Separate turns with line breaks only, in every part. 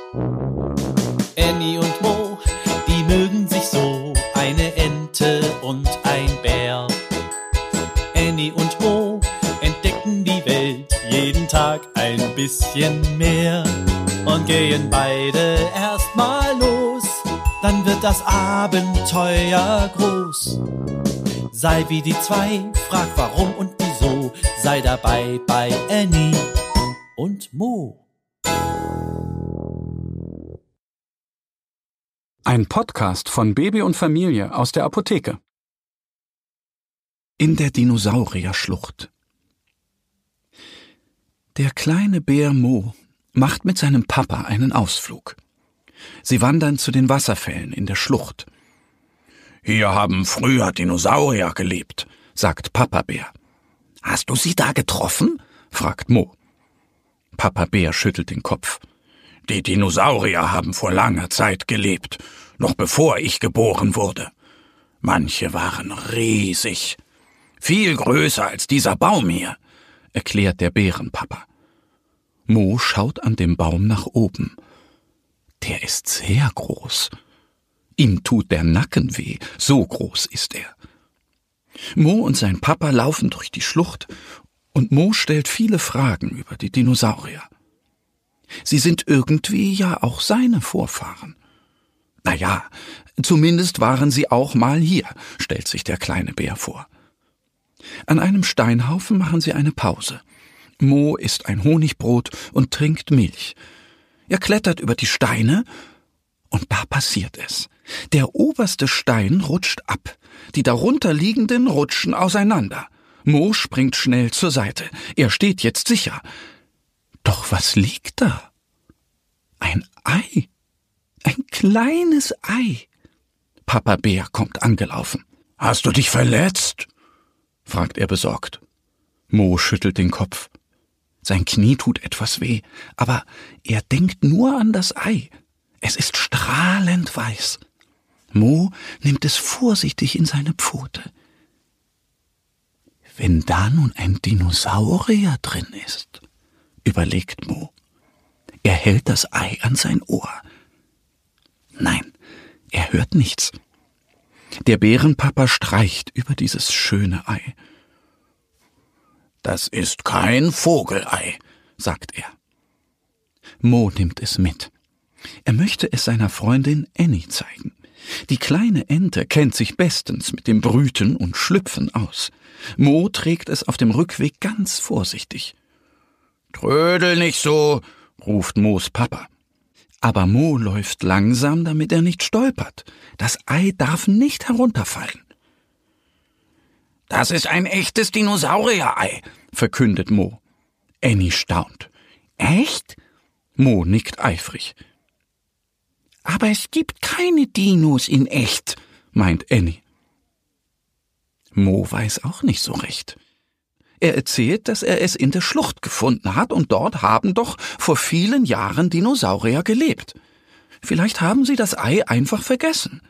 Annie und Mo, die mögen sich so, eine Ente und ein Bär. Annie und Mo entdecken die Welt jeden Tag ein bisschen mehr und gehen beide erstmal los, dann wird das Abenteuer groß. Sei wie die zwei, frag warum und wieso, sei dabei bei Annie und Mo.
Ein Podcast von Baby und Familie aus der Apotheke. In der Dinosaurierschlucht. Der kleine Bär Mo macht mit seinem Papa einen Ausflug. Sie wandern zu den Wasserfällen in der Schlucht. »Hier haben früher Dinosaurier gelebt«, sagt Papa Bär. »Hast du sie da getroffen?« fragt Mo. Papa Bär schüttelt den Kopf. »Die Dinosaurier haben vor langer Zeit gelebt, noch bevor ich geboren wurde. Manche waren riesig, viel größer als dieser Baum hier«, erklärt der Bärenpapa. Mo schaut an dem Baum nach oben. Der ist sehr groß. Ihm tut der Nacken weh, so groß ist er. Mo und sein Papa laufen durch die Schlucht und Mo stellt viele Fragen über die Dinosaurier. Sie sind irgendwie ja auch seine Vorfahren. Naja, zumindest waren sie auch mal hier, stellt sich der kleine Bär vor. An einem Steinhaufen machen sie eine Pause. Mo isst ein Honigbrot und trinkt Milch. Er klettert über die Steine und da passiert es. Der oberste Stein rutscht ab. Die darunter liegenden rutschen auseinander. Mo springt schnell zur Seite. Er steht jetzt sicher. Doch was liegt da? Ein Ei. Ein kleines Ei. Papa Bär kommt angelaufen. »Hast du dich verletzt?« fragt er besorgt. Mo schüttelt den Kopf. Sein Knie tut etwas weh, aber er denkt nur an das Ei. Es ist strahlend weiß. Mo nimmt es vorsichtig in seine Pfote. Wenn da nun ein Dinosaurier drin ist, überlegt Mo. Er hält das Ei an sein Ohr. Nein, er hört nichts. Der Bärenpapa streicht über dieses schöne Ei. »Das ist kein Vogelei«, sagt er. Mo nimmt es mit. Er möchte es seiner Freundin Annie zeigen. Die kleine Ente kennt sich bestens mit dem Brüten und Schlüpfen aus. Mo trägt es auf dem Rückweg ganz vorsichtig. »Trödel nicht so«, ruft Mos Papa. Aber Mo läuft langsam, damit er nicht stolpert. Das Ei darf nicht herunterfallen. »Das ist ein echtes Dinosaurier-Ei«, verkündet Mo. Annie staunt. »Echt?« Mo nickt eifrig. »Aber es gibt keine Dinos in echt«, meint Annie. Mo weiß auch nicht so recht. Er erzählt, dass er es in der Schlucht gefunden hat und dort haben doch vor vielen Jahren Dinosaurier gelebt. Vielleicht haben sie das Ei einfach vergessen.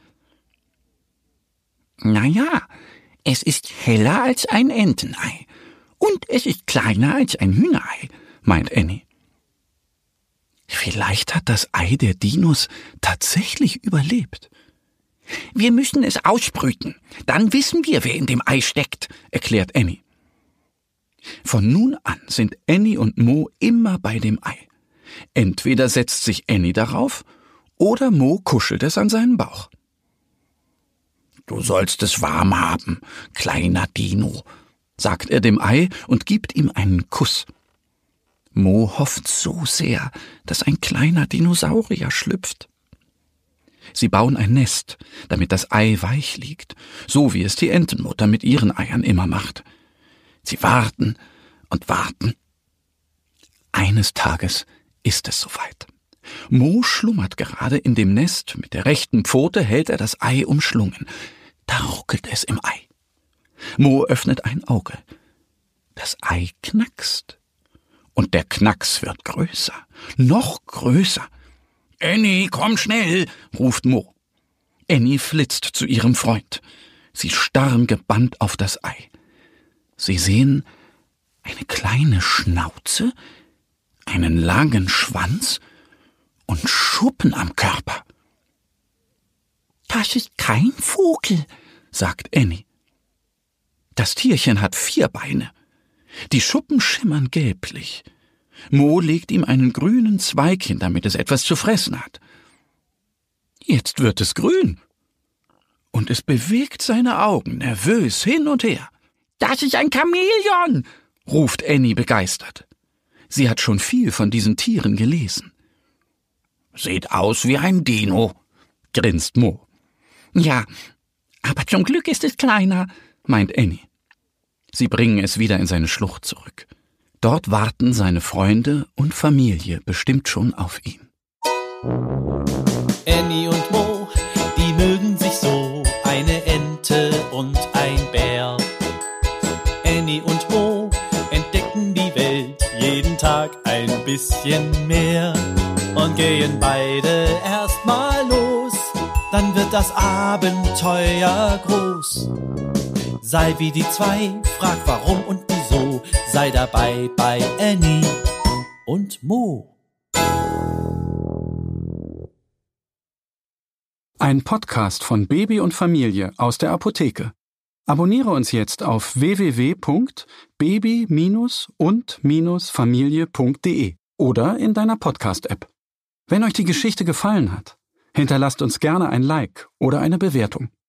»Naja, es ist heller als ein Entenei und es ist kleiner als ein Hühnerei«, meint Annie. Vielleicht hat das Ei der Dinos tatsächlich überlebt. »Wir müssen es ausbrüten, dann wissen wir, wer in dem Ei steckt«, erklärt Annie. Von nun an sind Annie und Mo immer bei dem Ei. Entweder setzt sich Annie darauf oder Mo kuschelt es an seinen Bauch. »Du sollst es warm haben, kleiner Dino«, sagt er dem Ei und gibt ihm einen Kuss. Mo hofft so sehr, dass ein kleiner Dinosaurier schlüpft. Sie bauen ein Nest, damit das Ei weich liegt, so wie es die Entenmutter mit ihren Eiern immer macht. Sie warten und warten. Eines Tages ist es soweit. Mo schlummert gerade in dem Nest, mit der rechten Pfote hält er das Ei umschlungen. Da ruckelt es im Ei. Mo öffnet ein Auge. Das Ei knackst. Und der Knacks wird größer, noch größer. »Annie, komm schnell«, ruft Mo. Annie flitzt zu ihrem Freund. Sie starren gebannt auf das Ei. Sie sehen eine kleine Schnauze, einen langen Schwanz und Schuppen am Körper. »Das ist kein Vogel«, sagt Annie. Das Tierchen hat 4 Beine. Die Schuppen schimmern gelblich. Mo legt ihm einen grünen Zweig hin, damit es etwas zu fressen hat. Jetzt wird es grün. Und es bewegt seine Augen nervös hin und her. »Das ist ein Chamäleon«, ruft Annie begeistert. Sie hat schon viel von diesen Tieren gelesen. »Sieht aus wie ein Dino«, grinst Mo. »Ja, aber zum Glück ist es kleiner«, meint Annie. Sie bringen es wieder in seine Schlucht zurück. Dort warten seine Freunde und Familie bestimmt schon auf ihn.
Annie und Mo, die mögen sich so, eine Ente und ein Bär. Annie und Mo entdecken die Welt jeden Tag ein bisschen mehr und gehen beide erstmal los, dann wird das Abenteuer groß. Sei wie die 2, frag warum und wieso, sei dabei bei Annie und Mo.
Ein Podcast von Baby und Familie aus der Apotheke. Abonniere uns jetzt auf www.baby-und-familie.de oder in deiner Podcast-App. Wenn euch die Geschichte gefallen hat, hinterlasst uns gerne ein Like oder eine Bewertung.